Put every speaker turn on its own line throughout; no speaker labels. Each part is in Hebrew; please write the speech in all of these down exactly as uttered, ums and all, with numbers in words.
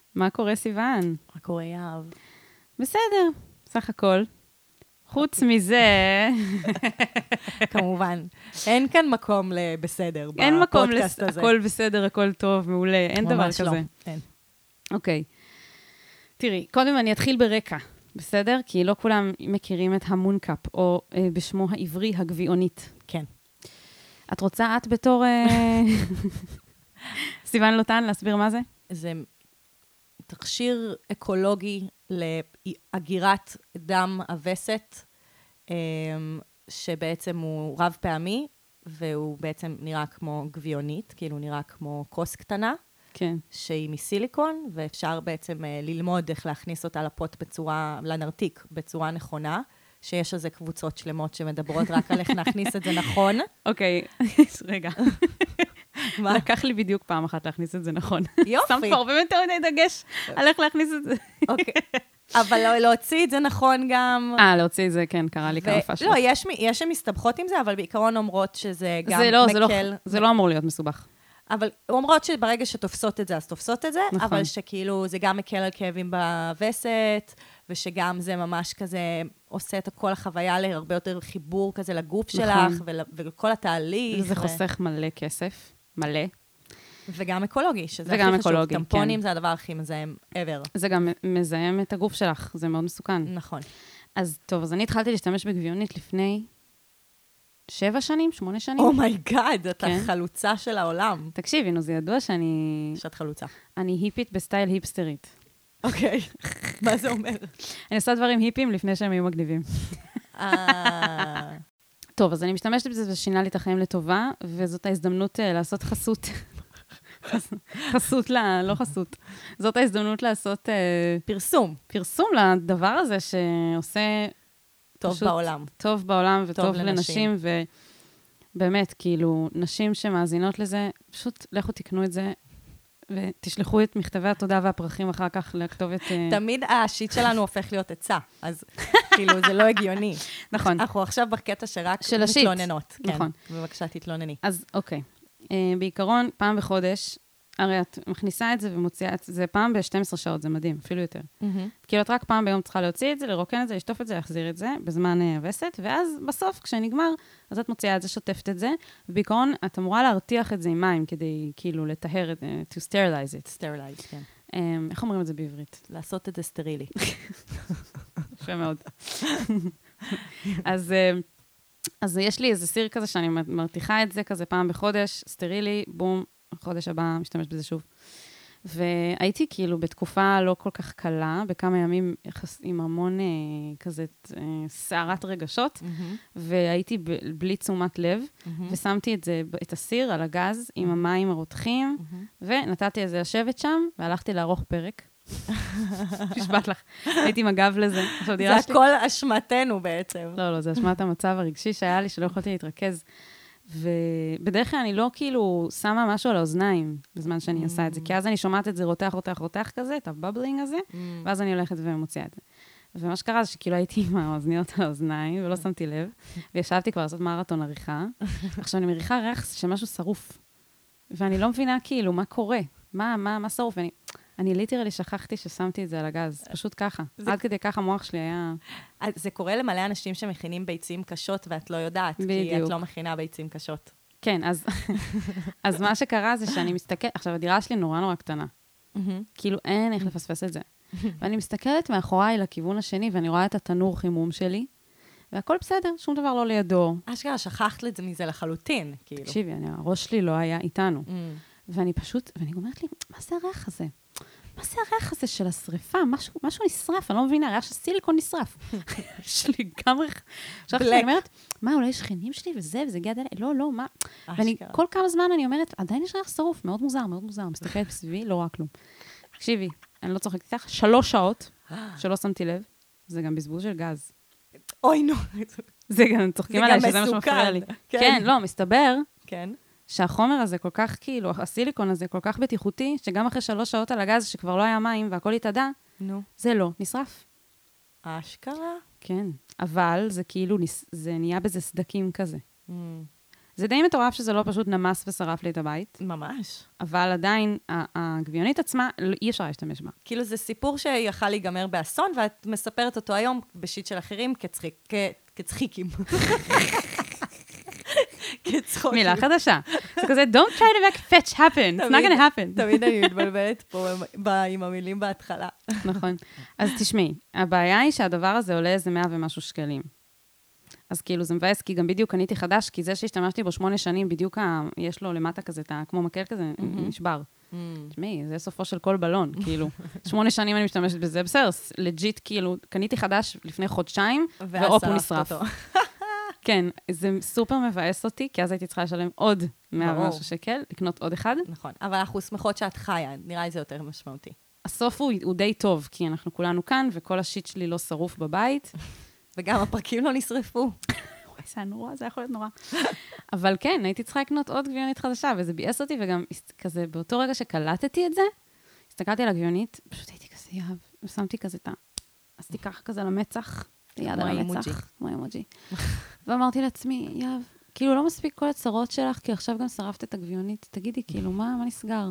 מה קורה, סיוון?
מה קורה, יאהב?
בסדר, סך הכל. חוץ מזה...
כמובן, אין כאן מקום לבסדר
אין מקום
בפודקאסט הזה.
הכל בסדר, הכל טוב, מעולה, אין דבר כזה.
ממש לא, אין.
אוקיי. תראי, קודם אני אתחיל ברקע, בסדר? כי לא כולם מכירים את המונקאפ, או אה, בשמו העברי הגביעונית.
כן.
את רוצה את בתור... אה, סיוון לוטן, להסביר מה זה?
זה תכשיר אקולוגי לאגירת דם הווסת, שבעצם הוא רב פעמי, והוא בעצם נראה כמו גביעונית, כאילו הוא נראה כמו כוס קטנה,
כן.
שהיא מסיליקון, ואפשר בעצם ללמוד איך להכניס אותה לפוט בצורה, לנרתיק, בצורה נכונה, שיש על זה קבוצות שלמות שמדברות רק על איך להכניס את זה נכון.
אוקיי, רגע.
מה?
לקח לי בדיוק פעם אחת להכניס את זה נכון.
יופי.
שם כבר באמת מדי דגש על איך להכניס את זה.
אוקיי. אבל להוציא את זה נכון גם...
אה, להוציא את זה, כן, קרה לי כמה פשלות.
לא, יש שמסתבכות עם זה, אבל בעיקרון אומרות שזה גם
מקל. זה לא אמור להיות מסובך.
אבל אומרות שברגע שתופסות את זה, אז תופסות את זה,
נכון.
אבל שכאילו זה גם מקל על כאבים בווסת, ושגם זה ממש כזה עושה את כל החוויה להרבה יותר חיבור כזה לגוף
נכון.
שלך, ול, ולכל התהליך.
זה
ו...
חוסך מלא כסף, מלא.
וגם אקולוגי, שזה
וגם
הכי חשוב.
אקולוגי,
טמפונים
כן.
זה הדבר הכי מזהם ever.
זה גם מזהם את הגוף שלך, זה מאוד מסוכן.
נכון.
אז טוב, אז אני התחלתי להשתמש בגביעונית לפני שבע שנים, שמונה שנים.
אומייגאד, את
כן.
החלוצה של העולם.
תקשיבי, נו, זה ידוע שאני...
שאת חלוצה.
אני היפית בסטייל היפסטרית.
אוקיי, מה זה אומר?
אני עושה דברים היפים לפני שהם יהיו מגניבים.
אה...
טוב, אז אני משתמשת בזה, זה שינה לי את החיים לטובה, וזאת ההזדמנות uh, לעשות חסות. חסות, לה, לא חסות. זאת ההזדמנות לעשות... Uh,
פרסום.
פרסום לדבר הזה שעושה...
טוב
פשוט
בעולם.
טוב בעולם וטוב
טוב
לנשים, ובאמת, כאילו, נשים שמאזינות לזה, פשוט לכו תקנו את זה, ותשלחו את מכתבי התודה והפרחים אחר כך לכתובת...
תמיד השיט שלנו הופך להיות עצה, אז כאילו זה לא הגיוני.
נכון.
אנחנו עכשיו בקטע שרק
של השיט.
מתלוננות.
נכון.
כן, בבקשה תתלונני.
אז אוקיי. בעיקרון, פעם בחודש, הרי את מכניסה את זה ומוציאה את זה פעם ב-שתים עשרה שעות, זה מדהים, אפילו יותר. כאילו את רק פעם ביום צריכה להוציא את זה, לרוקן את זה, לשטוף את זה, להחזיר את זה, בזמן הווסת, ואז בסוף, כשנגמר, אז את מוציאה את זה, שוטפת את זה, ובעיקרון את אמורה להרתיח את זה עם מים, כדי כאילו לטהר את זה, to sterilize it.
Sterilize, כן.
איך אומרים את זה בעברית?
לעשות את זה סטרילי.
יפה מאוד. אז... אז יש לי איזה סיר כזה שאני מרתיחה את זה כזה פעם בחודש, סטרילי, בום, חודש הבא משתמש בזה שוב. והייתי כאילו בתקופה לא כל כך קלה, בכמה ימים עם המון אה, כזה אה, שערת רגשות, mm-hmm. והייתי ב- בלי תשומת לב, mm-hmm. ושמתי את זה, את הסיר על הגז mm-hmm. עם המים הרותחים, mm-hmm. ונתתי את זה לשבת שם, והלכתי לערוך פרק. נשבעת לך. הייתי עם הגב לזה.
זה הכל אשמתנו בעצם.
לא, לא, זה אשמת המצב הרגשי שהיה לי, שלא יכולתי להתרכז. ובדרך כלל אני לא כאילו שמה משהו על האוזניים בזמן שאני עושה את זה, כי אז אני שומעת את זה רותח, רותח, רותח כזה, את הבבלינג הזה, ואז אני הולכת ומוציאה את זה. ומה שקרה זה שכאילו הייתי עם האוזניות על האוזניים, ולא שמתי לב, וישבתי כבר לעשות מרתון עריכה. עכשיו אני מריחה ריח שמשהו שרוף, ואני לא מבינה כאילו מה קורה, מה, מה, מה שרוף, ואני... אני ליטרלי שכחתי ששמתי את זה על הגז, פשוט ככה. זה... עד כדי ככה המוח שלי היה...
זה קורה למלא אנשים שמכינים ביצים קשות, ואת לא יודעת,
בדיוק.
כי את לא מכינה ביצים קשות.
כן, אז, אז מה שקרה זה שאני מסתכלת... עכשיו, הדירה שלי נורא נורא קטנה. כאילו, אין איך לפספס את זה. ואני מסתכלת מאחוריי לכיוון השני, ואני רואה את התנור חימום שלי, והכל בסדר, שום דבר לא לידו.
אשכרה, שכחת את זה מזה לחלוטין, כאילו.
תקשיבי, אני, הראש שלי לא היה איתנו. ואני פשוט... ואני אומרת לי, מה זה הריח הזה? מה זה הריח הזה של השריפה? משהו, משהו נשרף, אני לא מבינה, הריח של סיליקון נשרף. יש לי גם ריח. עכשיו אני אומרת, מה, אולי שכנים שלי וזה, וזה הגיע דלי? לא, לא, מה? ואני, כל כמה זמן אני אומרת, עדיין יש ריח שרוף, מאוד מוזר, מאוד מוזר, מסתכלת בסביבי, לא רק כלום. תקשיבי, אני לא צוחקת איתך, שלוש שעות שלא שמתי לב, זה גם בזבוז של גז.
אוי, נו.
זה גם, צוחקים עליי שזה מה שמפריע לי. כן, לא, מסתבר.
כן.
שהחומר הזה כל כך, כאילו, הסיליקון הזה כל כך בטיחותי, שגם אחרי שלוש שעות על הגז, שכבר לא היה מים והכל התאדה,
נו.
זה לא, נשרף.
אשכרה?
כן, אבל זה כאילו, זה נהיה בזה סדקים כזה. Mm. זה די מטורף שזה לא פשוט נמס ושרף לי את הבית.
ממש.
אבל עדיין, הגביונית עצמה, אי אפשר להשתמש בה.
כאילו זה סיפור שיכל להיגמר באסון, ואת מספרת אותו היום בשיט של אחרים כצחיק, כצחיקים. כצחוקים.
מילה חדשה. זה כזה, don't try to make fetch happen. It's not going to happen.
תמיד אני מתבלבלת פה עם המילים בהתחלה.
נכון. אז תשמעי, הבעיה היא שהדבר הזה עולה איזה מאה ומשהו שקלים. אז כאילו זה מבאס, כי גם בדיוק קניתי חדש, כי זה שהשתמשתי בו שמונה שנים, בדיוק יש לו למטה כזה, כמו מקל כזה, נשבר. תשמעי, זה סופו של כל בלון, כאילו. שמונה שנים אני משתמשת בזה, בסדר, לג'יט, כאילו, קניתי חדש לפני חודשיים, ואופ הוא נשרף. כן, זה סופר מבאס אותי, כי אז הייתי צריכה לשלם עוד מאה ומשהו שקל, לקנות עוד אחד.
נכון, אבל אנחנו שמחות שאת חיה, נראה לי זה יותר משמעותי.
הסוף הוא, הוא די טוב, כי אנחנו כולנו כאן, וכל השיט שלי לא שרוף בבית.
וגם הפרקים לא נשרפו.
וואי, זה היה נורא, זה יכול להיות נורא. אבל כן, הייתי צריכה לקנות עוד גביונית חדשה, וזה ביאס אותי, וגם כזה, באותו רגע שקלטתי את זה, הסתכלתי על הגביונית, פשוט הייתי כזה יהב, ושמתי כזה את ה... אז תיקח כזה למצח, יד על המצח, כמו אימוג'י. ואמרתי לעצמי, יהב, כאילו לא מספיק כל הצרות שלך, כי עכשיו גם שרפת את הגביונית, תגידי, כאילו, מה, מה נסגר?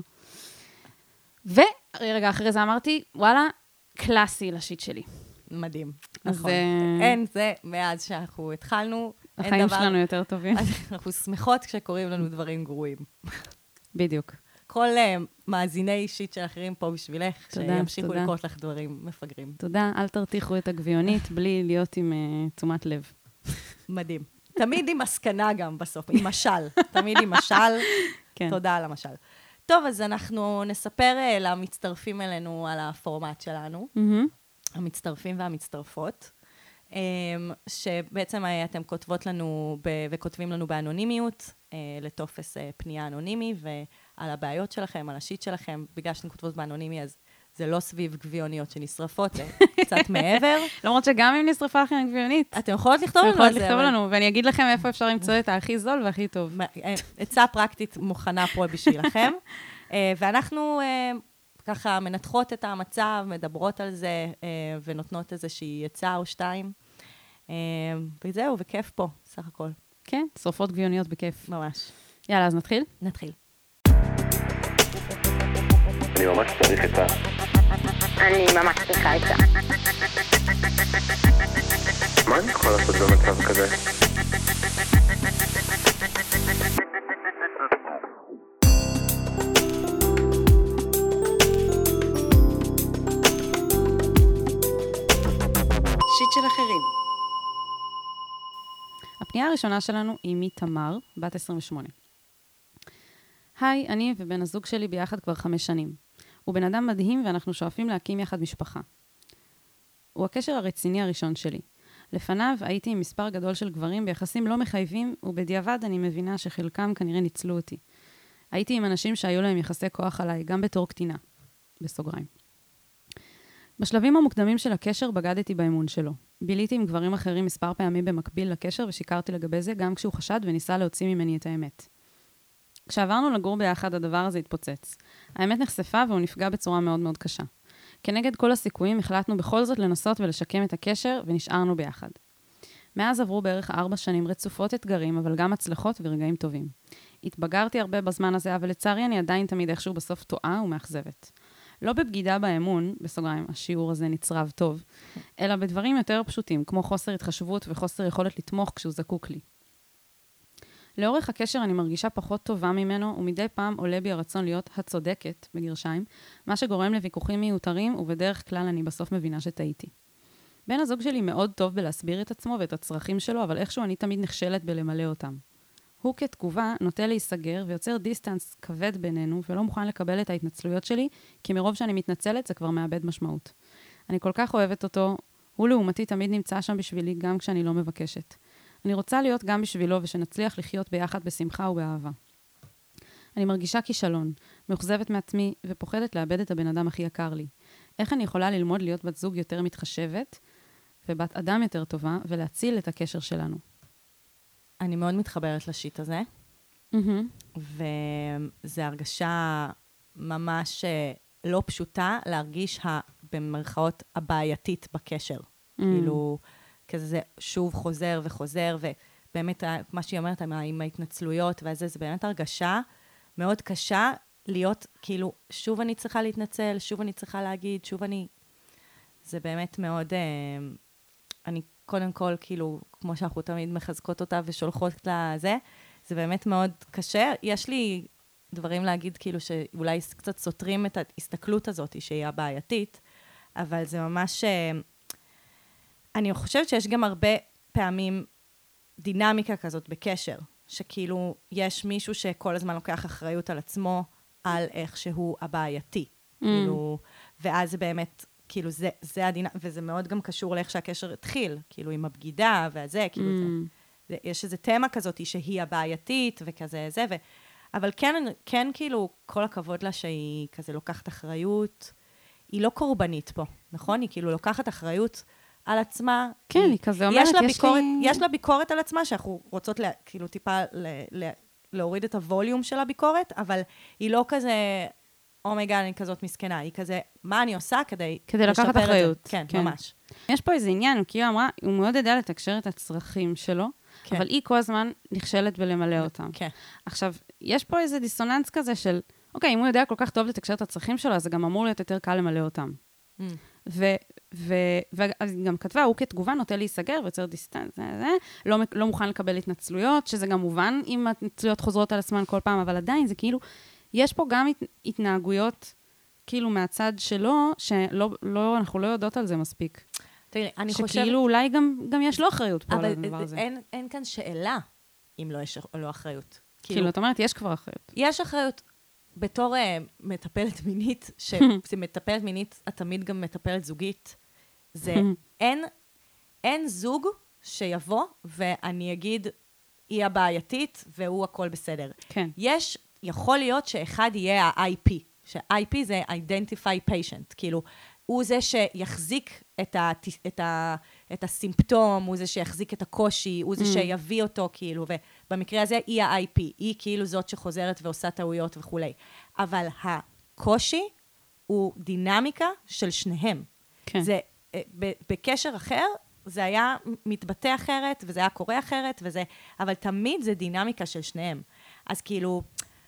ורגע אחרי זה אמרתי, וואלה, קלאסי לשיט שלי.
מדהים. נכון. אין זה, מאז שאנחנו התחלנו,
החיים שלנו יותר טובים.
אנחנו שמחות כשקוראים לנו דברים גרועים.
בדיוק.
כל מאזיני אישית של אחרים פה בשבילך, שימשיכו לקרות לך דברים מפגרים.
תודה, אל תרתיחו את הגביונית בלי להיות עם תשומת לב.
מדהים. תמיד עם מסקנה גם בסוף, עם משל. תמיד עם משל. תודה על המשל. טוב, אז אנחנו נספר למצטרפים אלינו על הפורמט שלנו. המצטרפים והמצטרפות, שבעצם אתם כותבות לנו וכותבים לנו באנונימיות, לטופס פנייה אנונימי, ועל הבעיות שלכם, על השיט שלכם, בגלל שאתם כותבות באנונימי, אז זה לא סביב גביוניות שנשרפות, זה קצת מעבר.
למרות שגם אם נשרפה לכם גביונית.
אתם יכולות לכתוב לנו
על זה. אתם יכולות לכתוב לנו, ואני אגיד לכם איפה אפשר למצוא את הכי זול והכי טוב.
עצה פרקטית מוכנה פה בשבילכם. ואנחנו ככה מנתחות את המצב, מדברות על זה, ונותנות איזושהי עצה או שתיים. וזהו, וכיף פה, סך הכל.
כן, שרפות גביוניות בכיף.
ממש.
יאללה, אז נתחיל?
נתחיל.
אני ממש צריך את ה...
אני ממש צריכה את ה...
מה אני יכול לעשות במצב כזה?
שיט של אחרים. הפנייה הראשונה שלנו היא מתמר, בת עשרים ושמונה. היי, אני ובן הזוג שלי ביחד כבר חמש שנים. הוא בן אדם מדהים ואנחנו שואפים להקים יחד משפחה. הוא הקשר הרציני הראשון שלי. לפניו הייתי עם מספר גדול של גברים ביחסים לא מחייבים, ובדיעבד אני מבינה שחלקם כנראה ניצלו אותי. הייתי עם אנשים שהיו להם יחסי כוח עליי, גם בתור קטינה. בסוגריים. בשלבים המוקדמים של הקשר בגדתי באמון שלו. ביליתי עם גברים אחרים מספר פעמים במקביל לקשר ושיקרתי לגבי זה גם כשהוא חשד וניסה להוציא ממני את האמת. כשעברנו לגור ביחד הדבר הזה התפוצץ. האמת נחשפה והוא נפגע בצורה מאוד מאוד קשה. כנגד כל הסיכויים החלטנו בכל זאת לנסות ולשקם את הקשר ונשארנו ביחד. מאז עברו בערך ארבע שנים רצופות אתגרים אבל גם הצלחות ורגעים טובים. התבגרתי הרבה בזמן הזה אבל לצערי אני עדיין תמיד איכשהו בסוף טועה ומאכזבת. לא בבגידה באמון, בסוגריים, השיעור הזה נצרב טוב, אלא בדברים יותר פשוטים, כמו חוסר התחשבות וחוסר יכולת לתמוך כשהוא זקוק לי. לאורך הקשר אני מרגישה פחות טובה ממנו, ומדי פעם עולה בי הרצון להיות הצודקת, בגרשיים, מה שגורם לוויכוחים מיותרים, ובדרך כלל אני בסוף מבינה שטעיתי. בן הזוג שלי מאוד טוב בלהסביר את עצמו ואת הצרכים שלו, אבל איכשהו אני תמיד נכשלת בלמלא אותם. הוא כתגובה נוטה להיסגר ויוצר דיסטנס כבד בינינו ולא מוכן לקבל את ההתנצלויות שלי, כי מרוב שאני מתנצלת זה כבר מאבד משמעות. אני כל כך אוהבת אותו, הוא לעומתי תמיד נמצא שם בשבילי גם כשאני לא מבקשת. אני רוצה להיות גם בשבילו ושנצליח לחיות ביחד בשמחה ובאהבה. אני מרגישה כישלון, מאוכזבת מעצמי ופוחדת לאבד את הבן אדם הכי יקר לי. איך אני יכולה ללמוד להיות בת זוג יותר מתחשבת ובת אדם יותר טובה ולהציל את הקשר שלנו?
אני מאוד מתחברת לשיט הזה, mm-hmm. וזו הרגשה ממש לא פשוטה להרגיש ה, במרכאות הבעייתית בקשר. Mm. כאילו, כזה שוב חוזר וחוזר, באמת, מה שהיא אומרת, עם ההתנצלויות וזה, זה באמת הרגשה מאוד קשה להיות, כאילו, שוב אני צריכה להתנצל, שוב אני צריכה להגיד, שוב אני... זה באמת מאוד... אני קודם כל, כאילו, כמו שאנחנו תמיד מחזקות אותה ושולחות לזה, זה באמת מאוד קשה. יש לי דברים להגיד, כאילו, שאולי קצת סותרים את ההסתכלות הזאת, שהיא הבעייתית, אבל זה ממש... אני חושבת שיש גם הרבה פעמים דינמיקה כזאת בקשר, שכאילו יש מישהו שכל הזמן לוקח אחריות על עצמו, על איך שהוא הבעייתי. Mm. כאילו, ואז זה באמת, כאילו, זה, זה הדינמיקה, וזה מאוד גם קשור לאיך שהקשר התחיל, כאילו, עם הבגידה והזה, כאילו, mm. זה, זה, יש איזו תמה כזאת שהיא הבעייתית וכזה זה, ו, אבל כן, כן, כאילו, כל הכבוד לה שהיא כזה לוקחת אחריות, היא לא קורבנית פה, נכון? היא כאילו לוקחת אחריות על עצמה.
כן, היא, היא כזה אומרת,
יש לה,
יש
ביקורת,
לי...
יש לה ביקורת על עצמה, שאנחנו רוצות לה, כאילו טיפה ל, ל, להוריד את הווליום של הביקורת, אבל היא לא כזה, אומייגה, אני כזאת מסכנה, היא כזה, מה אני עושה כדי,
כדי לקחת אחריות.
כן,
כן,
ממש.
יש פה איזה עניין, כי היא אמרה, הוא מאוד יודע לתקשר את הצרכים שלו, כן. אבל היא כל הזמן נכשלת בלמלא אותם. כן. עכשיו, יש פה איזה דיסוננס כזה של, אוקיי, אם הוא יודע כל כך טוב לתקשר את הצרכים שלו, אז זה גם אמור להיות יותר קל למלא אותם. Mm. ו... ואז היא גם כתבה, הוא כתגובה נוטה להיסגר ויוצר דיסטנס, זה, זה, לא, לא מוכן לקבל התנצלויות, שזה גם מובן אם התנצלויות חוזרות על עצמן כל פעם, אבל עדיין זה כאילו, יש פה גם הת, התנהגויות כאילו מהצד שלו, שאנחנו לא, לא יודעות על זה מספיק.
תראי, אני
שכאילו
חושבת...
שכאילו אולי גם, גם יש לו אחריות פה על הדבר הזה.
אבל אין, אין כאן שאלה אם לא יש לו אחריות.
כאילו, כאילו, את אומרת, יש כבר אחריות.
יש אחריות. בתור uh, מטפלת מינית, שזה מטפלת מינית, את תמיד גם מטפלת זוגית, זה אין, אין זוג שיבוא ואני אגיד, היא הבעייתית והוא הכל בסדר. כן. יש, יכול להיות שאחד יהיה ה-איי פי, ש-איי פי זה Identify Patient, כאילו, הוא זה שיחזיק את, ה, את, ה, את הסימפטום, הוא זה שיחזיק את הקושי, הוא זה שיביא אותו, כאילו, ובמקרה הזה היא ה-איי פי, היא כאילו זאת שחוזרת ועושה טעויות וכו'. אבל הקושי הוא דינמיקה של שניהם. כן. זה, בקשר אחר, זה היה מתבטא אחרת, וזה היה קורה אחרת, וזה, אבל תמיד זה דינמיקה של שניהם. אז כאילו,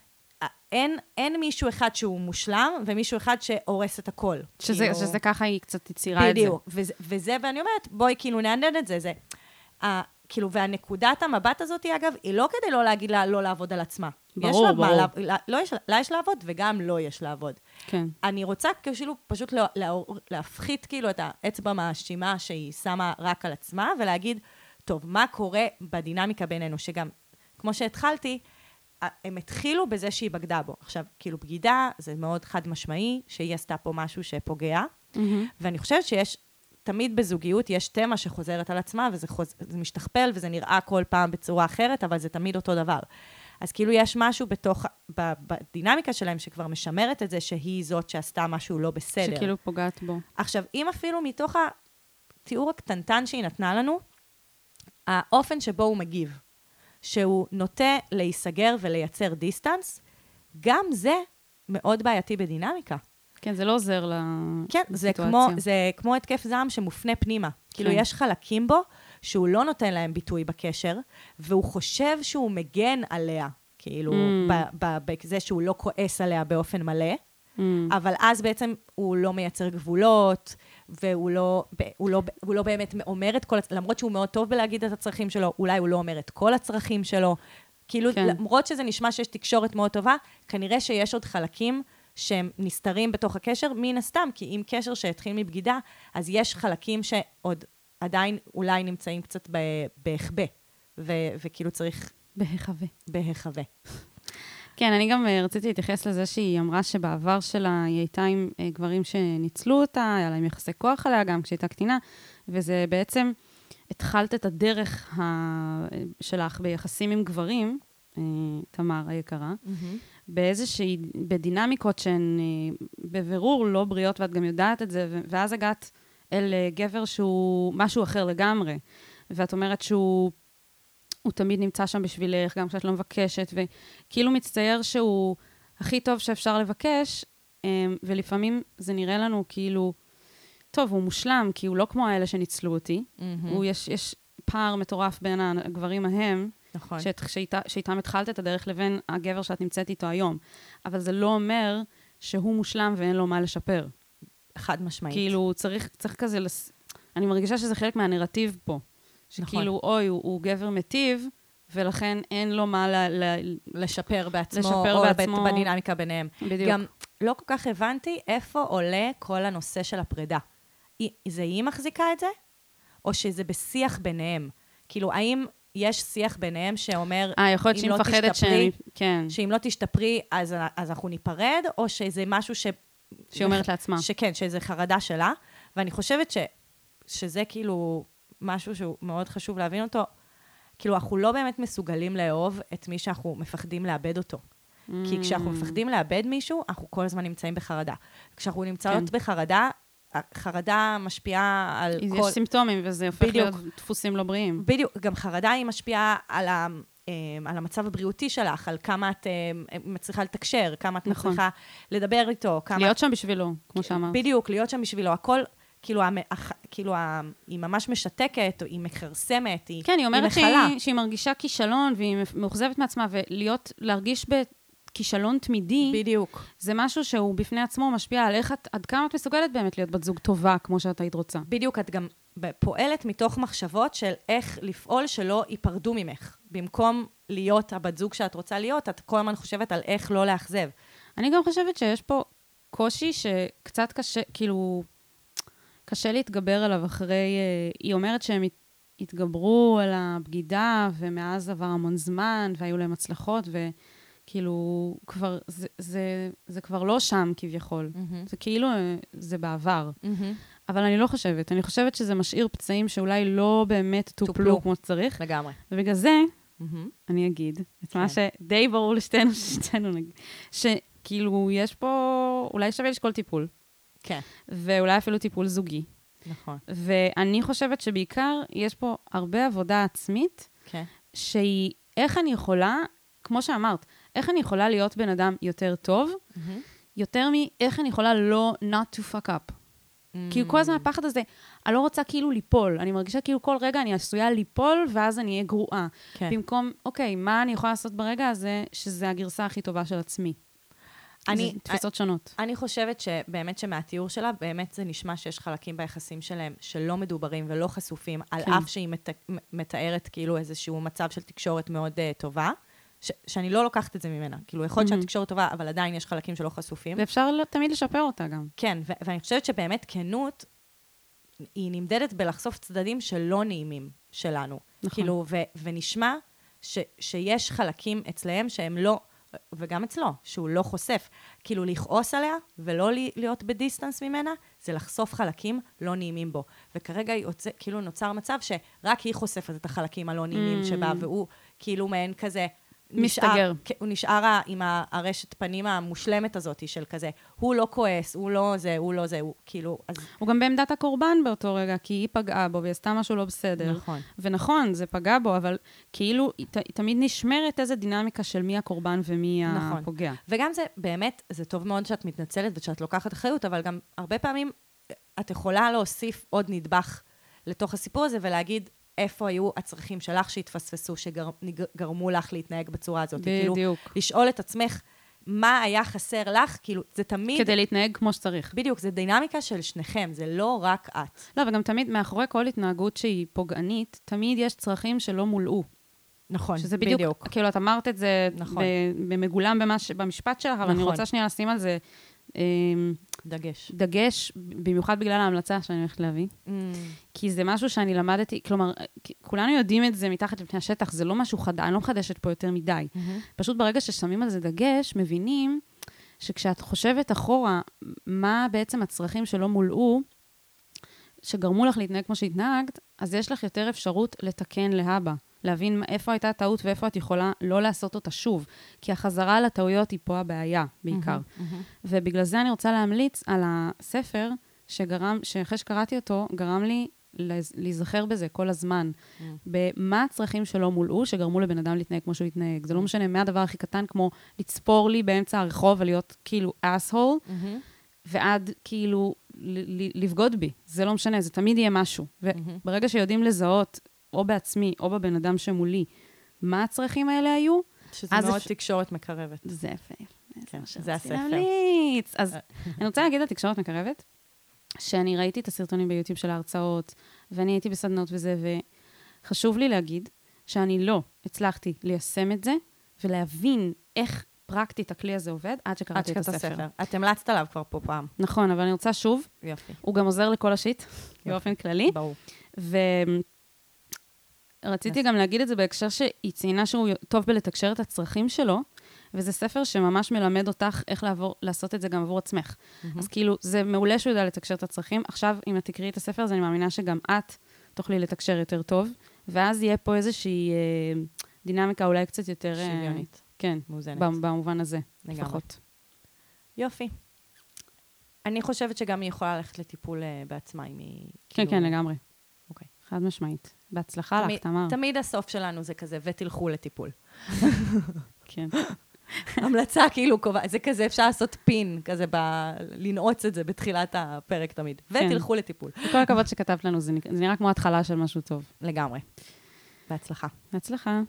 אין, אין מישהו אחד שהוא מושלם, ומישהו אחד שהורס את הכל.
שזה, כאילו... שזה ככה היא קצת יצירה את זה.
בדיוק. וזה, וזה, ואני אומרת, בואי כאילו נענן את זה, זה, uh, כאילו, והנקודת המבט הזאת, אגב, היא לא כדי לא להגיד לה, לא לעבוד על עצמה.
ברור,
יש
ברור.
לה, לה, לא יש, לה יש לעבוד, וגם לא יש לעבוד.
כן.
אני רוצה כאילו פשוט לה, לה, להפחית כאילו את האצבע מאשימה שהיא שמה רק על עצמה, ולהגיד, טוב, מה קורה בדינמיקה בינינו, שגם, כמו שהתחלתי, הם התחילו בזה שהיא בגדה בו. עכשיו, כאילו, בגידה זה מאוד חד משמעי, שהיא עשתה פה משהו שפוגע, mm-hmm. ואני חושבת שיש, תמיד בזוגיות יש תמה שחוזרת על עצמה, וזה חוז... זה משתכפל, וזה נראה כל פעם בצורה אחרת, אבל זה תמיד אותו דבר. אז כאילו יש משהו בתוך, בדינמיקה שלהם, שכבר משמרת את זה, שהיא זאת שעשתה משהו לא בסדר.
שכאילו פוגעת בו.
עכשיו, אם אפילו מתוך התיאור הקטנטן שהיא נתנה לנו, האופן שבו הוא מגיב, שהוא נוטה להיסגר ולייצר דיסטנס, גם זה מאוד בעייתי בדינמיקה.
כן, זה לא עוזר לסיטואציה.
כן, זה כמו, זה כמו התקף זעם שמופנה פנימה. כאילו, יש חלקים בו שהוא לא נותן להם ביטוי בקשר, והוא חושב שהוא מגן עליה, כאילו, בזה שהוא לא כועס עליה באופן מלא, אבל אז בעצם הוא לא מייצר גבולות, והוא לא, הוא לא, הוא לא באמת אומר את כל, למרות שהוא מאוד טוב בלהגיד את הצרכים שלו, אולי הוא לא אומר את כל הצרכים שלו, כאילו, כן. למרות שזה נשמע שיש תקשורת מאוד טובה, כנראה שיש עוד חלקים שהם נסתרים בתוך הקשר, מן הסתם, כי אם קשר שהתחיל מבגידה, אז יש חלקים שעוד עדיין אולי נמצאים קצת בהחבא, ו- וכאילו צריך...
בהחווה.
בהחווה.
כן, אני גם רציתי להתייחס לזה שהיא אמרה שבעבר שלה היא הייתה עם גברים שניצלו אותה, היה להם יחסי כוח עליה גם כשהייתה קטינה, וזה בעצם, התחלת את הדרך ה... שלך ביחסים עם גברים, תמר היקרה, mm-hmm. באיזושהי, בדינמיקות שהן בבירור לא בריאות, ואת גם יודעת את זה, ואז הגעת אל גבר שהוא משהו אחר לגמרי, ואת אומרת שהוא הוא תמיד נמצא שם בשבילך, גם כשאת לא מבקשת, וכאילו מצטייר שהוא הכי טוב שאפשר לבקש, ולפעמים זה נראה לנו כאילו, טוב, הוא מושלם, כי הוא לא כמו האלה שניצלו אותי, mm-hmm. הוא יש, יש פער מטורף בין הגברים ההם,
נכון.
שאת, שאיתה, שאיתם התחלת את הדרך לבין הגבר שאת נמצאת איתו היום. אבל זה לא אומר שהוא מושלם ואין לו מה לשפר.
חד משמעית.
כאילו, צריך, צריך כזה, לס... אני מרגישה שזה חלק מהנרטיב פה. שכאילו, נכון. אוי, הוא, הוא גבר מטיב, ולכן אין לו מה ל... ל...
לשפר בעצמו,
לשפר
או
בעצמו.
בדינמיקה ביניהם.
בדיוק.
גם לא כל כך הבנתי איפה עולה כל הנושא של הפרידה. זה היא מחזיקה את זה? או שזה בשיח ביניהם? כאילו, האם יש שיח ביניהם שאומר,
אה, יכול להיות שהיא מפחדת שאני... כן.
שאם לא תשתפרי, אז, אז אנחנו ניפרד, או שזה משהו ש...
שהיא אומרת לעצמה.
שכן, שזה חרדה שלה. ואני חושבת ש... שזה כאילו משהו שהוא מאוד חשוב להבין אותו. כאילו, אנחנו לא באמת מסוגלים לאהוב את מי שאנחנו מפחדים לאבד אותו. Mm. כי כשאנחנו מפחדים לאבד מישהו, אנחנו כל הזמן נמצאים בחרדה. כשאנחנו נמצאות כן. בחרדה, חרדה משפיעה על
יש
כל...
יש סימפטומים, וזה הופך בדיוק. להיות דפוסים לא בריאים.
בדיוק, גם חרדה היא משפיעה על, ה, על המצב הבריאותי שלך, על כמה את מצליחה לתקשר, כמה את נכון. מצליחה לדבר איתו. כמה...
להיות שם בשבילו, כמו שאמרת.
בדיוק, להיות שם בשבילו. הכל... כאילו, כאילו, היא ממש משתקת, או היא מכרסמת, היא
כן, היא אומרת שהיא, שהיא מרגישה כישלון, והיא מאוכזבת מעצמה, ולהיות, להרגיש בכישלון תמידי,
בדיוק.
זה משהו שהוא בפני עצמו משפיע על איך את, עד כמה את מסוגלת באמת להיות בת זוג טובה, כמו שאת היית רוצה.
בדיוק, את גם פועלת מתוך מחשבות של איך לפעול שלא ייפרדו ממך. במקום להיות הבת זוג שאת רוצה להיות, את כל הזמן חושבת על איך לא לאכזב.
אני גם חושבת שיש פה קושי שקצת קשה, כאילו... קשה להתגבר עליו אחרי, היא אומרת שהם התגברו על הבגידה, ומאז עבר המון זמן, והיו להם הצלחות, וכאילו, כבר, זה, זה, זה כבר לא שם כביכול. Mm-hmm. זה כאילו, זה בעבר. Mm-hmm. אבל אני לא חושבת. אני חושבת שזה משאיר פצעים שאולי לא באמת טופלו כמו שצריך.
לגמרי.
ובגלל זה, mm-hmm. אני אגיד, את כן. מה שדי ברור לשתינו, ששתינו נגיד, שכאילו, יש פה, אולי שווה לשקול טיפול.
כן.
ואולי אפילו טיפול זוגי.
נכון.
ואני חושבת שבעיקר יש פה הרבה עבודה עצמית,
כן. שהיא,
איך אני יכולה, כמו שאמרת, איך אני יכולה להיות בן אדם יותר טוב, mm-hmm. יותר מאיך אני יכולה לא not to fuck up. Mm-hmm. כאילו כל הזמן הפחד הזה, אני לא רוצה כאילו ליפול, אני מרגישה כאילו כל רגע אני עשויה ליפול, ואז אני אהיה גרועה. כן. במקום, אוקיי, מה אני יכולה לעשות ברגע הזה, שזה הגרסה הכי טובה של עצמי. אני, זה תפיסות שונות.
אני חושבת שבאמת שמהתיאור שלה, באמת זה נשמע שיש חלקים ביחסים שלהם שלא מדוברים ולא חשופים, על כן. אף שהיא מת, מתארת כאילו איזשהו מצב של תקשורת מאוד uh, טובה, ש, שאני לא לוקחת את זה ממנה. כאילו, יכול להיות mm-hmm. שהתקשורת טובה, אבל עדיין יש חלקים שלא חשופים.
ואפשר תמיד לשפר אותה גם.
כן, ו- ואני חושבת שבאמת כנות, היא נמדדת בלחשוף צדדים שלא נעימים שלנו. נכון. כאילו, ו- ונשמע ש- שיש חלקים אצלהם שהם לא... וגם אצלו, שהוא לא חושף. כאילו, לכעוס עליה ולא להיות בדיסטנס ממנה, זה לחשוף חלקים לא נעימים בו. וכרגע יוצא, כאילו נוצר מצב שרק היא חושפת את החלקים הלא נעימים mm. שבה, והוא כאילו מעין כזה...
מסתגר.
נשאר, הוא נשאר עם הרשת פנים המושלמת הזאת של כזה. הוא לא כועס, הוא לא זה, הוא לא זה, הוא כאילו... אז...
הוא גם בעמדת הקורבן באותו רגע, כי היא פגעה בו, והיא עשתה משהו לא בסדר.
נכון.
ונכון, זה פגע בו, אבל כאילו, היא, היא תמיד נשמרת איזו דינמיקה של מי הקורבן ומי נכון. הפוגע.
וגם זה, באמת, זה טוב מאוד שאת מתנצלת ושאת לוקחת אחריות, אבל גם הרבה פעמים את יכולה להוסיף עוד נדבך לתוך הסיפור הזה, ולהגיד, איפה היו הצרכים שלך שהתפספסו, שגרמו לך להתנהג בצורה הזאת.
בדיוק.
כאילו, לשאול את עצמך, מה היה חסר לך, כאילו, זה תמיד...
כדי להתנהג כמו שצריך.
בדיוק, זה דינמיקה של שניכם, זה לא רק את.
לא, וגם תמיד, מאחורי כל התנהגות שהיא פוגענית, תמיד יש צרכים שלא מולאו.
נכון,
שזה בדיוק. בדיוק. כאילו, את אמרת את זה
נכון.
במגולם במש, במשפט שלך, אבל נכון. אני רוצה שנייה לשים על זה...
דגש.
דגש, במיוחד בגלל ההמלצה שאני הולכת להביא. Mm. כי זה משהו שאני למדתי, כלומר, כולנו יודעים את זה מתחת לפני השטח, זה לא משהו חדש, אני לא מחדשת פה יותר מדי. Mm-hmm. פשוט ברגע ששמים על זה דגש, מבינים שכשאת חושבת אחורה, מה בעצם הצרכים שלא מולאו, שגרמו לך להתנהג כמו שהתנהגת, אז יש לך יותר אפשרות לתקן להבא. להבין איפה הייתה טעות ואיפה את יכולה לא לעשות אותה שוב. כי החזרה על הטעויות היא פה הבעיה, בעיקר. Mm-hmm, mm-hmm. ובגלל זה אני רוצה להמליץ על הספר, שגרם, שאחרי שקראתי אותו, גרם לי להיזכר בזה כל הזמן. Mm-hmm. במה הצרכים שלא מולאו, שגרמו לבן אדם להתנהג כמו שהוא התנהג. זה לא משנה מה הדבר הכי קטן, כמו לצפור לי באמצע הרחוב ולהיות כאילו אסהול, mm-hmm. ועד כאילו לבגוד בי. זה לא משנה, זה תמיד יהיה משהו. וברגע שיודעים לזהות, או בעצמי, או בבן אדם שמולי, מה הצרכים האלה היו.
שזה מאוד אפ... תקשורת מקרבת.
זה יפה.
כן, זה הספר.
להמליץ. אז אני רוצה להגיד על תקשורת מקרבת, שאני ראיתי את הסרטונים ביוטיוב של ההרצאות, ואני הייתי בסדנות וזה, וחשוב לי להגיד שאני לא הצלחתי ליישם את זה, ולהבין איך פרקטית הכלי הזה עובד, עד שקראתי את הספר.
את המלצת עליו כבר פה פעם.
נכון, אבל אני רוצה שוב.
יופי.
הוא גם עוזר לכל השיט, באופן כללי.
ברור.
ורציתי גם להגיד את זה בהקשר שהיא ציינה שהוא טוב בלתקשר את הצרכים שלו, וזה ספר שממש מלמד אותך איך לעבור, לעשות את זה גם עבור עצמך. אז כאילו, זה מעולה שהוא יודע לתקשר את הצרכים. עכשיו, אם את תקראי את הספר, אז אני מאמינה שגם את תוכלי לתקשר יותר טוב, ואז יהיה פה איזושהי דינמיקה אולי קצת יותר...
שוויונית.
כן,
מאוזנת.
במובן הזה,
לגמרי.
לפחות.
יופי. אני חושבת שגם היא יכולה ללכת לטיפול בעצמה, אם היא...
כן, כן, לגמרי.
אוקיי.
חד משמעית. בהצלחה לך, תמר.
תמיד הסוף שלנו זה כזה, ותלכו לטיפול.
כן.
המלצה כאילו קובע, זה כזה, אפשר לעשות פין, כזה, לנעוץ את זה בתחילת הפרק תמיד. ותלכו לטיפול.
כל הכבוד שכתבת לנו, זה נראה כמו התחלה של משהו טוב.
לגמרי. בהצלחה.
בהצלחה.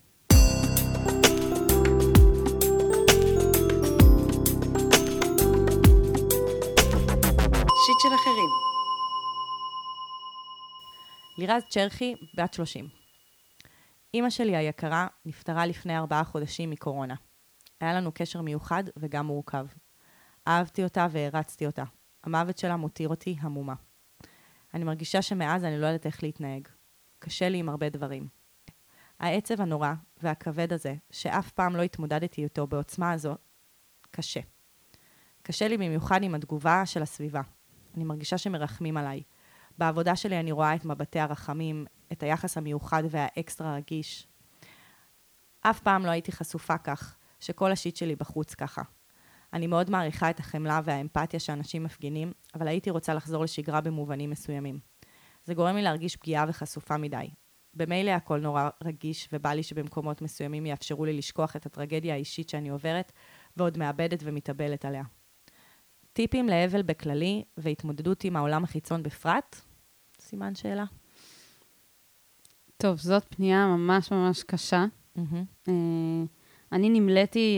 שיט של אחרים.
לירז צ'רחי, בת שלושים. אמא שלי היקרה נפטרה לפני ארבעה חודשים מקורונה. היה לנו קשר מיוחד וגם מורכב. אהבתי אותה והרצתי אותה. המוות שלה מותיר אותי המומה. אני מרגישה שמאז אני לא יודעת איך להתנהג. קשה לי עם הרבה דברים. העצב הנורא והכבד הזה, שאף פעם לא התמודדתי איתו בעוצמה הזו, קשה. קשה לי במיוחד עם התגובה של הסביבה. אני מרגישה שמרחמים עליי. בעבודה שלי אני רואה את מבטי הרחמים, את היחס המיוחד והאקסטרה רגיש. אף פעם לא הייתי חשופה כך, שכל השיט שלי בחוץ ככה. אני מאוד מעריכה את החמלה והאמפתיה שאנשים מפגינים, אבל הייתי רוצה לחזור לשגרה במובנים מסוימים. זה גורם לי להרגיש פגיעה וחשופה מדי. במילא הכל נורא רגיש, ובא לי שבמקומות מסוימים יאפשרו לי לשכוח את הטרגדיה האישית שאני עוברת, ועוד מאבדת ומתאבלת עליה. טיפים להבל בכללי, והתמודדות עם העולם החיצון בפרט? סימן שאלה.
טוב, זאת פנייה ממש ממש קשה.
Mm-hmm.
אני נמלאתי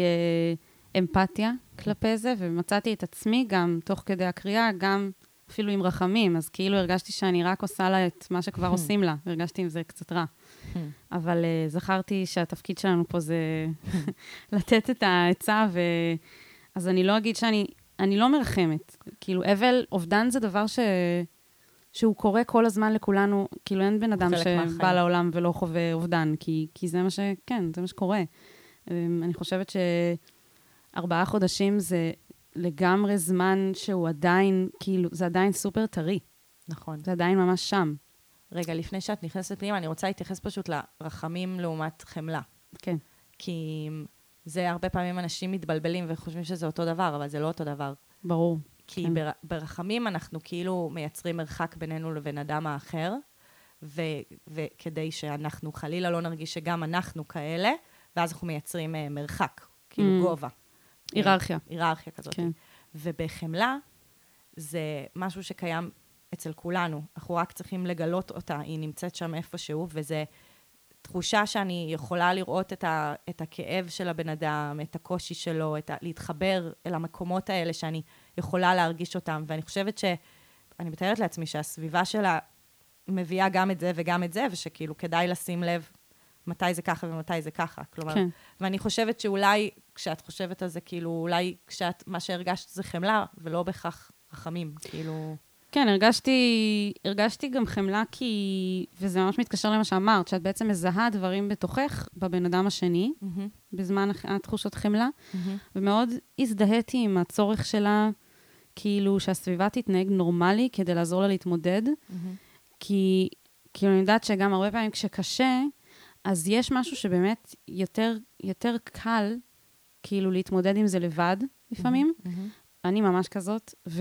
אמפתיה כלפי זה, ומצאתי את עצמי גם תוך כדי הקריאה, גם אפילו עם רחמים, אז כאילו הרגשתי שאני רק עושה לה את מה שכבר עושים לה, והרגשתי עם זה קצת רע. אבל זכרתי שהתפקיד שלנו פה זה לתת את העצה, אז אני לא אגיד שאני... אני לא מרחמת. כאילו, אבל, אובדן זה דבר ש... שהוא קורה כל הזמן לכולנו, כאילו אין בן אדם שבא לעולם ולא חווה אובדן, כי, כי זה מה ש... כן, זה מה שקורה. אני חושבת שארבעה חודשים זה לגמרי זמן שהוא עדיין, כאילו, זה עדיין סופר טרי.
נכון.
זה עדיין ממש שם.
רגע, לפני שאת נכנסת פנימה, אני רוצה להתייחס פשוט לרחמים לעומת חמלה.
כן.
כי... זה הרבה פעמים אנשים מתבלבלים וחושבים שזה אותו דבר, אבל זה לא אותו דבר.
ברור.
כי
כן.
בר, ברחמים אנחנו כאילו מייצרים מרחק בינינו לבין אדם האחר, ו, וכדי שאנחנו חלילה לא נרגיש שגם אנחנו כאלה, ואז אנחנו מייצרים uh, מרחק, כאילו mm. גובה.
היררכיה.
היררכיה כזאת.
כן.
ובחמלה, זה משהו שקיים אצל כולנו. אנחנו רק צריכים לגלות אותה, היא נמצאת שם איפשהו, וזה... תחושה שאני יכולה לראות את, ה, את הכאב של הבן אדם, את הקושי שלו, את ה, להתחבר אל המקומות האלה שאני יכולה להרגיש אותם. ואני חושבת שאני מתארת לעצמי שהסביבה שלה מביאה גם את זה וגם את זה, ושכאילו כדאי לשים לב מתי זה ככה ומתי זה ככה. כלומר,
כן.
ואני חושבת שאולי כשאת חושבת על זה, כאילו אולי כשאת, מה שהרגשת זה חמלה, ולא בכך רחמים, כאילו...
כן, הרגשתי, הרגשתי גם חמלה כי, וזה ממש מתקשר למה שאמרת, שאת בעצם מזהה דברים בתוכך, בבן אדם השני, mm-hmm. בזמן התחושות חמלה, mm-hmm. ומאוד הזדהיתי עם הצורך שלה, כאילו שהסביבה תתנהג נורמלי, כדי לעזור לה להתמודד, mm-hmm. כי, כאילו אני יודעת שגם הרבה פעמים כשקשה, אז יש משהו שבאמת יותר, יותר קל, כאילו להתמודד עם זה לבד, לפעמים. Mm-hmm. אני ממש כזאת, ו...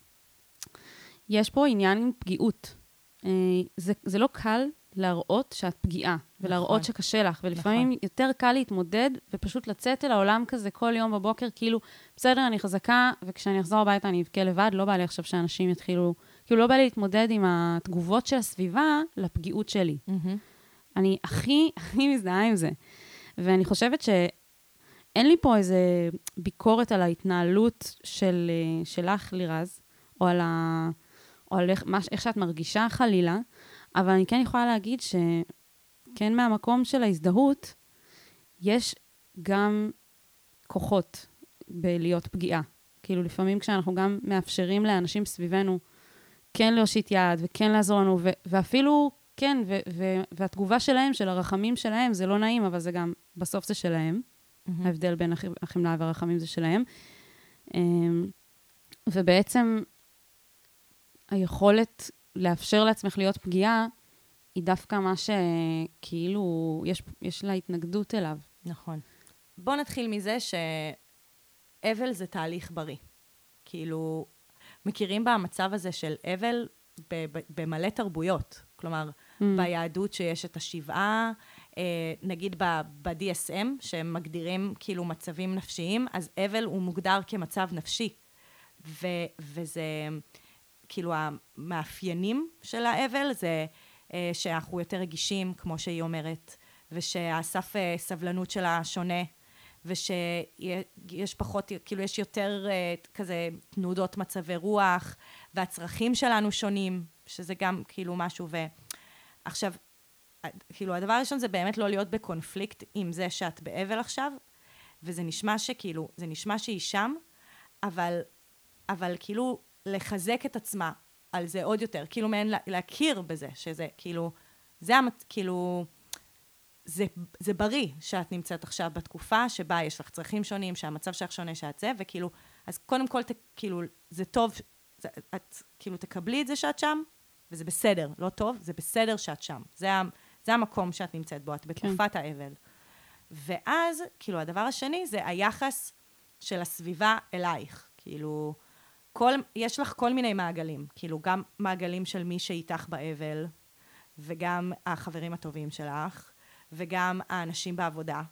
יש פה עניין עם פגיעות. זה, זה לא קל להראות שאת פגיעה, ולהראות נכון. שקשה לך, ולפעמים נכון. יותר קל להתמודד, ופשוט לצאת אל העולם כזה כל יום בבוקר, כאילו, בסדר, אני חזקה, וכשאני אחזור הביתה אני אבכה לבד, לא בא לי עכשיו שאנשים יתחילו, כאילו לא בא לי להתמודד עם התגובות של הסביבה לפגיעות שלי. Mm-hmm. אני הכי, הכי מזדהה עם זה. ואני חושבת שאין לי פה איזה ביקורת על ההתנהלות של, שלך, לירז, או על, ה, או על איך, איך שאת מרגישה חלילה, אבל אני כן יכולה להגיד שכן מהמקום של ההזדהות, יש גם כוחות בלהיות פגיעה. כאילו לפעמים כשאנחנו גם מאפשרים לאנשים סביבנו כן להושיט יד וכן לעזור לנו, ו- ואפילו כן, ו- ו- והתגובה שלהם, של הרחמים שלהם, זה לא נעים, אבל זה גם, בסוף זה שלהם. Mm-hmm. ההבדל בין הח- החמלה והרחמים זה שלהם. ובעצם היכולת לאפשר לעצמך להיות פגיעה, היא דווקא מה שכאילו יש, יש לה התנגדות אליו.
נכון. בוא נתחיל מזה שאבל זה תהליך בריא. כאילו, מכירים במצב הזה של אבל ב- ב- במלא תרבויות. כלומר, mm. ביהדות שיש את השבעה, אה, נגיד ב-די אס אם, שהם מגדירים כאילו מצבים נפשיים, אז אבל הוא מוגדר כמצב נפשי. ו- וזה, כאילו, המאפיינים של האבל זה אה, שאנחנו יותר רגישים, כמו שהיא אומרת, ושהסף אה, סבלנות של השונה, ושיש פחות, כאילו יש יותר uh, כזה תנודות מצבי רוח, והצרכים שלנו שונים, שזה גם כאילו משהו, ועכשיו, כאילו הדבר הראשון זה באמת לא להיות בקונפליקט עם זה שאת באבל עכשיו, וזה נשמע שכאילו, זה נשמע שהיא שם, אבל, אבל כאילו לחזק את עצמה על זה עוד יותר, כאילו מעין לה, להכיר בזה, שזה כאילו, זה כאילו, זה, זה בריא שאת נמצאת עכשיו בתקופה שבה יש לך צרכים שונים, שהמצב שלך שונה שאת זה, וכאילו, אז קודם כל, ת, כאילו, זה טוב, זה, את כאילו תקבלי את זה שאת שם, וזה בסדר, לא טוב, זה בסדר שאת שם. זה, זה המקום שאת נמצאת בו, את בתקופת האבל. ואז, כאילו, הדבר השני זה היחס של הסביבה אלייך. כאילו, כל, יש לך כל מיני מעגלים, כאילו, גם מעגלים של מי שאיתך באבל, וגם החברים הטובים שלך, וגם האנשים בעבודה.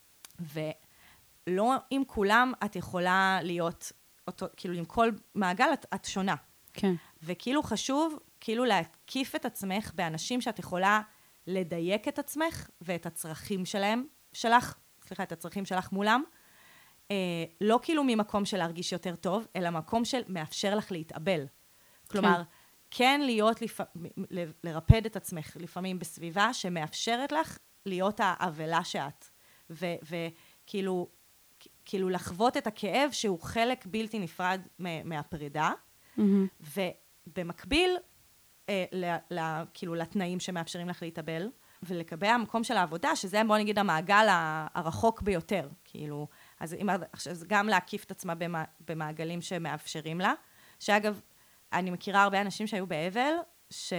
ולא עם כולם את יכולה להיות, אותו, כאילו עם כל מעגל את, את שונה.
כן.
וכאילו חשוב, כאילו להקיף את עצמך באנשים שאת יכולה לדייק את עצמך ואת הצרכים שלהם, שלך, סליחה, את הצרכים שלך מולם, אה, לא כאילו ממקום של להרגיש יותר טוב, אלא מקום של מאפשר לך להתאבל. כלומר, כן. כן להיות, לפ... ל- לרפד את עצמך לפעמים בסביבה שמאפשרת לך להיות האבלה שאת, וכאילו, כאילו לחוות את הכאב שהוא חלק בלתי נפרד מהפרידה, mm-hmm. ובמקביל, אה, ל, ל, כאילו לתנאים שמאפשרים לך להתאבל, ולקבל המקום של העבודה, שזה בוא נגיד המעגל הרחוק ביותר, כאילו, אז גם להקיף את עצמה במעגלים שמאפשרים לה, שאגב, אני מכירה הרבה אנשים שהיו באבל, ש...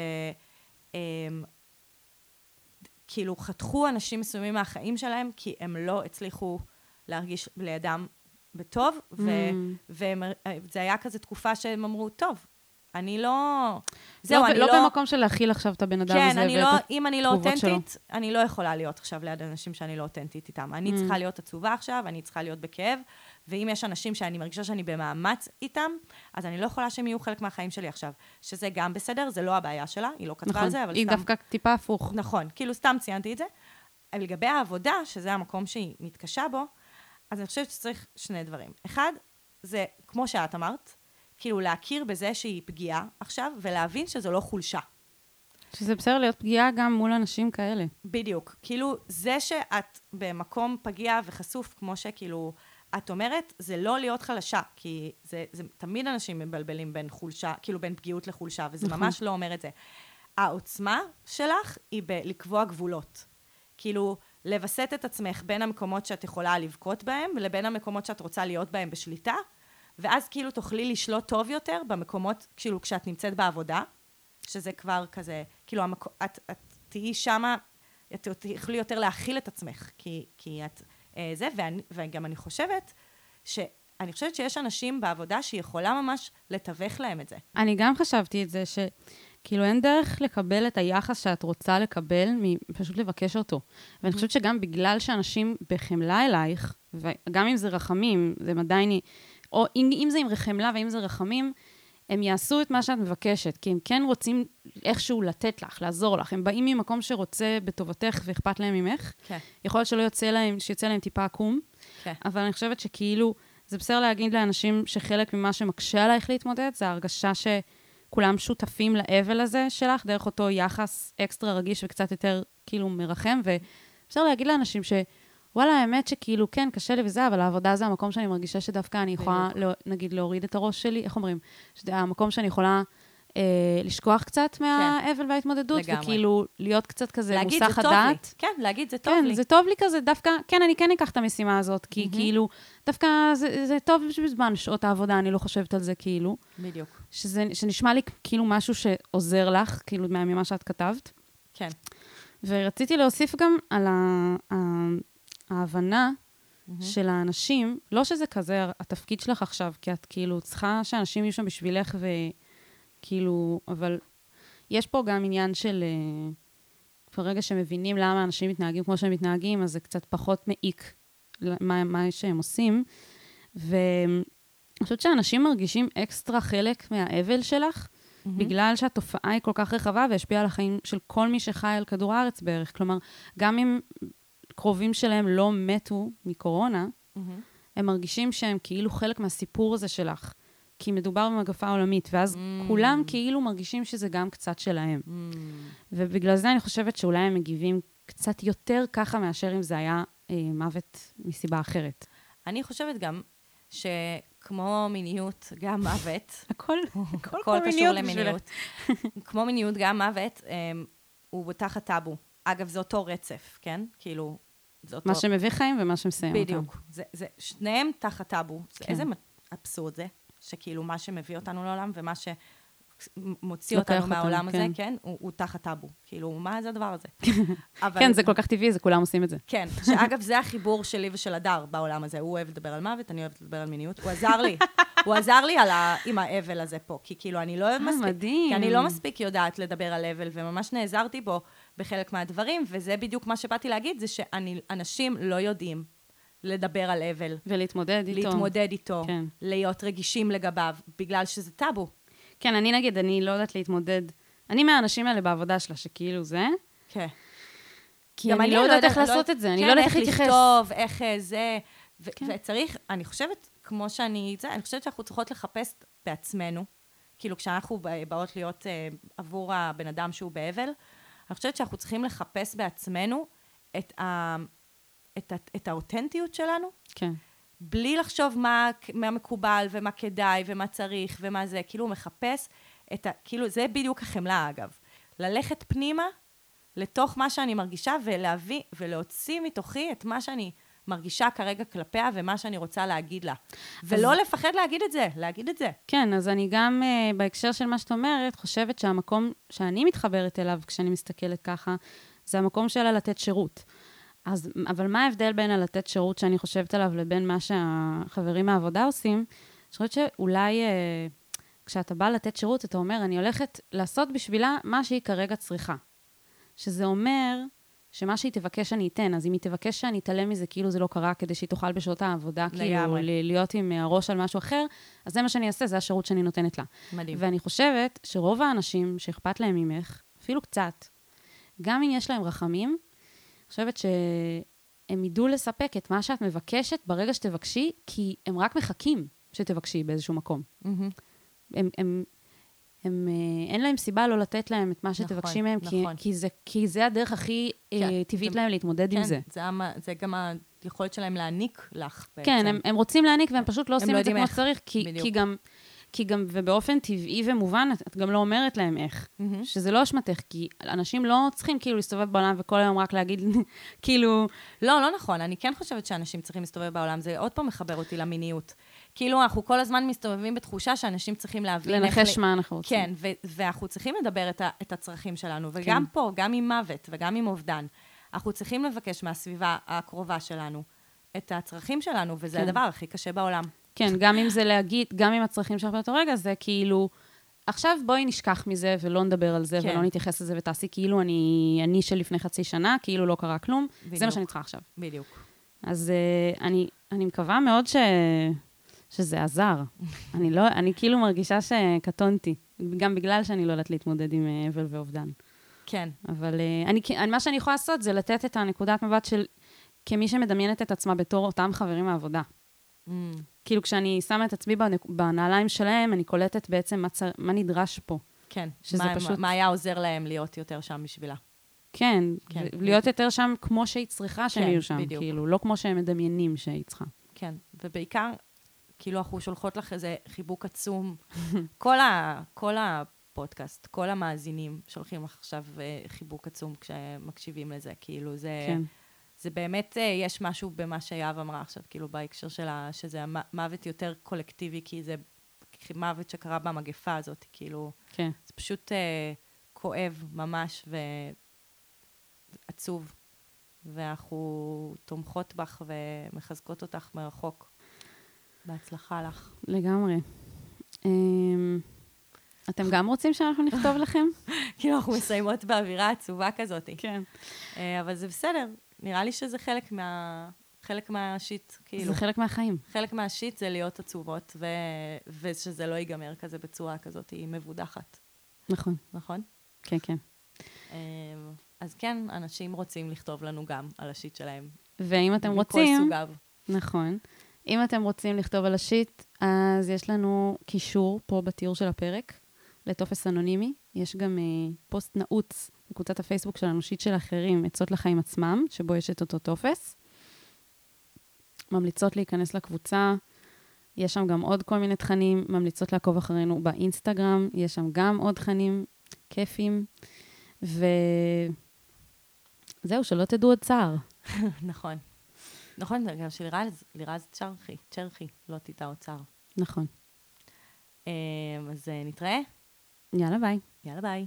כאילו חתכו אנשים מסוימים מהחיים שלהם, כי הם לא הצליחו להרגיש לידם בטוב, mm. וזה היה כזה תקופה שהם אמרו, טוב, אני לא... זהו,
לא,
אני
לא...
לא
במקום של להכיל עכשיו את הבן אדם
כן,
הזה,
אני לא, אם אני לא אותנטית,
שלו.
אני לא יכולה להיות עכשיו ליד אנשים שאני לא אותנטית איתם. אני mm. צריכה להיות עצובה עכשיו, אני צריכה להיות בכאב, ואם יש אנשים שאני מרגישה שאני במאמץ איתם, אז אני לא יכולה שהם יהיו חלק מהחיים שלי עכשיו. שזה גם בסדר, זה לא הבעיה שלה, היא לא כתבה
נכון,
על זה, אבל
היא
סתם...
דווקא טיפה הפוך.
נכון, כאילו סתם ציינתי את זה. אבל לגבי העבודה, שזה המקום שהיא מתקשה בו, אז אני חושבת שצריך שני דברים. אחד, זה, כמו שאת אמרת, כאילו להכיר בזה שהיא פגיעה עכשיו, ולהבין שזו לא חולשה.
שזה בסדר להיות פגיעה גם מול אנשים כאלה.
בדיוק. כאילו, זה שאת במקום פגיע וחשוף, כמו שכאילו, את אומרת, זה לא להיות חלשה, כי זה, זה תמיד אנשים מבלבלים בין חולשה, כאילו בין פגיעות לחולשה, וזה נכון. ממש לא אומר את זה. העוצמה שלך היא בלקבוע גבולות. כאילו, לבסט את עצמך בין המקומות שאת יכולה לבכות בהם, לבין המקומות שאת רוצה להיות בהם בשליטה, ואז כאילו תוכלי לשלוט טוב יותר במקומות, כאילו, כשאת נמצאת בעבודה, שזה כבר כזה, כאילו, המק... את, את תהיי שמה, את תוכלי יותר להכיל את עצמך, כי, כי את אה, זה, ואני, וגם אני חושבת, שאני חושבת שיש אנשים בעבודה שיכולה ממש לתווך להם את זה.
אני גם חשבתי את זה, שכאילו אין דרך לקבל את היחס שאת רוצה לקבל, פשוט לבקש אותו. ואני חושבת שגם בגלל שאנשים בחמלה אלייך, וגם אם זה רחמים, זה עדיין, או אם, אם זה עם חמלה ואם זה רחמים, הם יעשו את מה שאת מבקשת, כי הם כן רוצים איכשהו לתת לך, לעזור לך. הם באים ממקום שרוצה בטובתך ואכפת להם ממך.
כן.
יכול להיות שלא יוצא להם, שיוצא להם טיפה עקום.
כן.
אבל אני חושבת שכאילו, זה בסדר להגיד לאנשים שחלק ממה שמקשה עלייך להתמודד, זה ההרגשה שכולם שותפים לאבל הזה שלך, דרך אותו יחס אקסטרה רגיש וקצת יותר כאילו מרחם, ובסדר להגיד לאנשים ש... וואלה, האמת שכאילו, כן, קשה לי וזה, אבל העבודה זה המקום שאני מרגישה שדווקא אני יכולה, לא, נגיד, להוריד את הראש שלי, איך אומרים? שזה המקום שאני יכולה אה, לשכוח קצת מהאבל וההתמודדות, לגמרי. וכאילו, להיות קצת כזה מוסח הדעת.
כן, להגיד, זה טוב
כן,
לי.
כן, זה טוב לי כזה, דווקא, כן, אני כן אקח את המשימה הזאת, כי mm-hmm. כאילו, דווקא זה, זה טוב בזמן שעות העבודה, אני לא חושבת על זה כאילו.
בדיוק. שזה,
שנשמע לי כאילו משהו שעוזר לך, כאילו, ממה שאת כתבת.
כן.
ורציתי להוסיף גם על ה... ההבנה mm-hmm. של האנשים, לא שזה כזה התפקיד שלך עכשיו, כי את כאילו צריכה שאנשים יהיו שם בשבילך וכאילו, אבל יש פה גם עניין של, ברגע שמבינים למה אנשים מתנהגים כמו שהם מתנהגים, אז זה קצת פחות מעיק מה, מה שהם עושים. ואני חושבת שאנשים מרגישים אקסטרה חלק מהאבל שלך, mm-hmm. בגלל שהתופעה היא כל כך רחבה והשפיעה על החיים של כל מי שחי על כדור הארץ בערך. כלומר, גם אם קרובים שלהם לא מתו מקורונה, mm-hmm. הם מרגישים שהם כאילו חלק מהסיפור הזה שלך, כי מדובר במגפה עולמית, ואז mm-hmm. כולם כאילו מרגישים שזה גם קצת שלהם. Mm-hmm. ובגלל זה אני חושבת שאולי הם מגיבים קצת יותר ככה מאשר אם זה היה אה, מוות מסיבה אחרת.
אני חושבת גם שכמו מיניות, גם מוות,
הכל,
הכל, הכל קשור למיניות. כמו מיניות, גם מוות, אה, הוא תחת טאבו. אגב, זה אותו רצף, כן? כאילו, זה אותו...
מה שמביא חיים ומה שמסיים אותם.
בדיוק. זה, זה, שניהם תחת טאבו. כן. איזה אבסורד זה, שכאילו מה שמביא אותנו לעולם ומה שמוציא אותנו מהעולם הזה, כן, כן הוא, הוא תחת טאבו. כאילו, מה זה הדבר הזה? אבל...
כן, זה כל כך טבעי, זה כולם עושים את זה.
כן, שאגב, זה החיבור שלי ושל הדר בעולם הזה. הוא אוהב לדבר על מוות, אני אוהבת לדבר על מיניות. הוא עזר לי. הוא עזר לי על ה... עם האבל הזה פה, כי כאילו, אני לא מספיק...
מדהים.
כי אני לא מספיק יודעת לדבר על אבל, וממש נעזרתי בו בחלק מהדברים, וזה בדיוק מה שבאתי להגיד, זה שאנשים לא יודעים לדבר על אבל.
ולהתמודד איתו.
להתמודד איתו. כן. להיות רגישים לגביו, בגלל שזה טאבו.
כן, אני נגיד, אני לא יודעת להתמודד. אני מהאנשים האלה בעבודה שלה, שכאילו זה.
כן.
כי אני לא יודעת איך לעשות את זה, אני לא יודעת איך להתייחס.
איך לכתוב, איך זה, וצריך, אני חושבת, כמו שאני, אני חושבת שאנחנו צריכות לחפש בעצמנו, כאילו כשאנחנו באות להיות עבור הבן אדם שהוא באבל, אני חושבת שאנחנו צריכים לחפש בעצמנו את ה, את ה, את האותנטיות שלנו.
כן.
בלי לחשוב מה, מה מקובל ומה כדאי ומה צריך ומה זה, כאילו מחפש את ה, כאילו זה בדיוק החמלה אגב. ללכת פנימה לתוך מה שאני מרגישה ולהביא ולהוציא מתוכי את מה שאני מרגישה כרגע כלפיה ומה שאני רוצה להגיד לה. ולא לפחד להגיד את זה, להגיד את זה.
כן, אז אני גם uh, בהקשר של מה שאת אומרת, חושבת שהמקום שאני מתחברת אליו כשאני מסתכלת ככה, זה המקום שלה לתת שירות. אז, אבל מה ההבדל בין הלתת שירות שאני חושבת עליו לבין מה שהחברים מהעבודה עושים? אני חושבת שאולי uh, כשאתה בא לתת שירות, אתה אומר, אני הולכת לעשות בשבילה מה שהיא כרגע צריכה. שזה אומר שמה שהיא תבקש אני אתן, אז אם היא תבקש שאני אתעלם מזה, כאילו זה לא קרה, כדי שהיא תוכל בשעות העבודה, כאילו להיות עם הראש על משהו אחר, אז זה מה שאני אעשה, זה השירות שאני נותנת לה.
מדהים.
ואני חושבת שרוב האנשים שאכפת להם ממך, אפילו קצת, גם אם יש להם רחמים, אני חושבת שהם ידעו לספק את מה שאת מבקשת ברגע שתבקשי, כי הם רק מחכים שתבקשי באיזשהו מקום.
Mm-hmm.
הם... הם הם, אין להם סיבה לא לתת להם את מה שתבקשים מהם, כי, כי, זה, כי זה הדרך הכי כן, טבעית זה, להם להתמודד
כן,
עם זה.
זה, זה גם היכולת שלהם להעניק לך בעצם.
כן, הם, הם רוצים להעניק, והם פשוט לא עושים לא את זה כמו שצריך, כי, כי, גם, כי גם, ובאופן טבעי ומובן, את גם לא אומרת להם איך, mm-hmm. שזה לא אשמתך, כי אנשים לא צריכים כאילו להסתובב בעולם, וכל היום רק להגיד, כאילו...
לא, לא נכון, אני כן חושבת שאנשים צריכים להסתובב בעולם, זה עוד פעם מחבר אותי למיניות. כאילו, אנחנו כל הזמן מסתובבים בתחושה שאנשים צריכים להבין...
לנחש מה אנחנו רוצים.
כן, ו- ואנחנו צריכים לדבר את, ה- את הצרכים שלנו, וגם כן. פה, גם עם מוות וגם עם אובדן, אנחנו צריכים לבקש מהסביבה הקרובה שלנו את הצרכים שלנו, וזה כן. הדבר הכי קשה בעולם.
כן, גם אם זה להגיד, גם עם הצרכים שלך באותו רגע, זה כאילו, עכשיו בואי נשכח מזה ולא נדבר על זה, כן. ולא נתייחס לזה ותעשי כאילו אני, אני של לפני חצי שנה, כאילו לא קרה כלום, בדיוק. זה מה שאני צריכה עכשיו.
בדיוק.
אז uh, אני, אני מקווה מאוד ש... שזה עזר. אני לא, אני כאילו מרגישה שקטונתי גם בגלל שאני לא יודעת להתמודד עם אה, אבל ואובדן.
כן.
אבל אה, אני, אני, מה שאני יכולה לעשות זה לתת את הנקודת מבט של, כמי שמדמיינת את עצמה בתור אותם חברים מהעבודה.
Mm.
כאילו, כשאני שמה את עצמי בנעליים שלהם, אני קולטת בעצם מה, צר, מה נדרש פה.
כן.
שזה
מה,
פשוט...
מה היה עוזר להם להיות יותר שם בשבילה?
כן,
כן.
להיות יותר שם כמו שהיא צריכה שהם
כן,
יהיו שם,
בדיוק.
כאילו, לא כמו שהם מדמיינים שהיא צריכה.
כן, ובעיקר, כאילו, אנחנו שולחות לך איזה חיבוק עצום. כל, ה, כל הפודקאסט, כל המאזינים שולחים לך עכשיו אה, חיבוק עצום כשמקשיבים לזה, כאילו, זה...
כן.
זה באמת, יש משהו במה שיאב אמרה עכשיו, כאילו בהקשר שלה, שזה מוות יותר קולקטיבי, כי זה מוות שקרה במגפה הזאת, כאילו,
כן.
זה פשוט אה, כואב ממש ועצוב, ואנחנו תומכות בך ומחזקות אותך מרחוק. בהצלחה לך.
לגמרי. אמ, אתם גם רוצים שאנחנו נכתוב לכם?
כאילו, אנחנו מסיימות באווירה עצובה כזאת.
כן.
אה, אבל זה בסדר. נראה לי שזה חלק מה... חלק מהשיט, כאילו.
זה חלק מהחיים.
חלק מהשיט זה להיות עצובות, ו... ושזה לא ייגמר כזה בצורה כזאת, היא מבודחת.
נכון.
נכון?
כן, כן.
אז כן, אנשים רוצים לכתוב לנו גם על השיט שלהם.
ואם אתם
מכל
רוצים...
סוגיו.
נכון. אם אתם רוצים לכתוב על השיט, אז יש לנו קישור פה בתיאור של הפרק, לטופס אנונימי. יש גם uh, פוסט נעוץ בקבוצת הפייסבוק שלנו, שיט של אחרים, עצות לחיים עצמם, שבו יש את אותו טופס. ממליצות להיכנס לקבוצה, יש שם גם עוד כל מיני תכנים, ממליצות לעקוב אחרינו באינסטגרם, יש שם גם עוד תכנים כיפים, וזהו, שלא תדעו עוד צער.
נכון. נכון, גם שלירז, לירז צ'רחי, צ'רחי, לא תדע עוד צער.
נכון.
אז נתראה.
יאללה, ביי.
יאללה, ביי.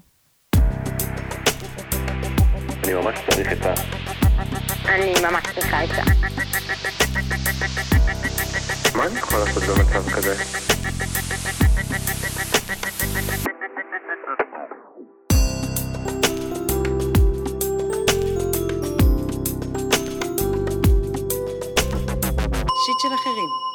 אני ממש צריך את ה...
אני ממש צריכה את זה.
מה אני יכול לעשות במצב כזה?
שיט של אחרים.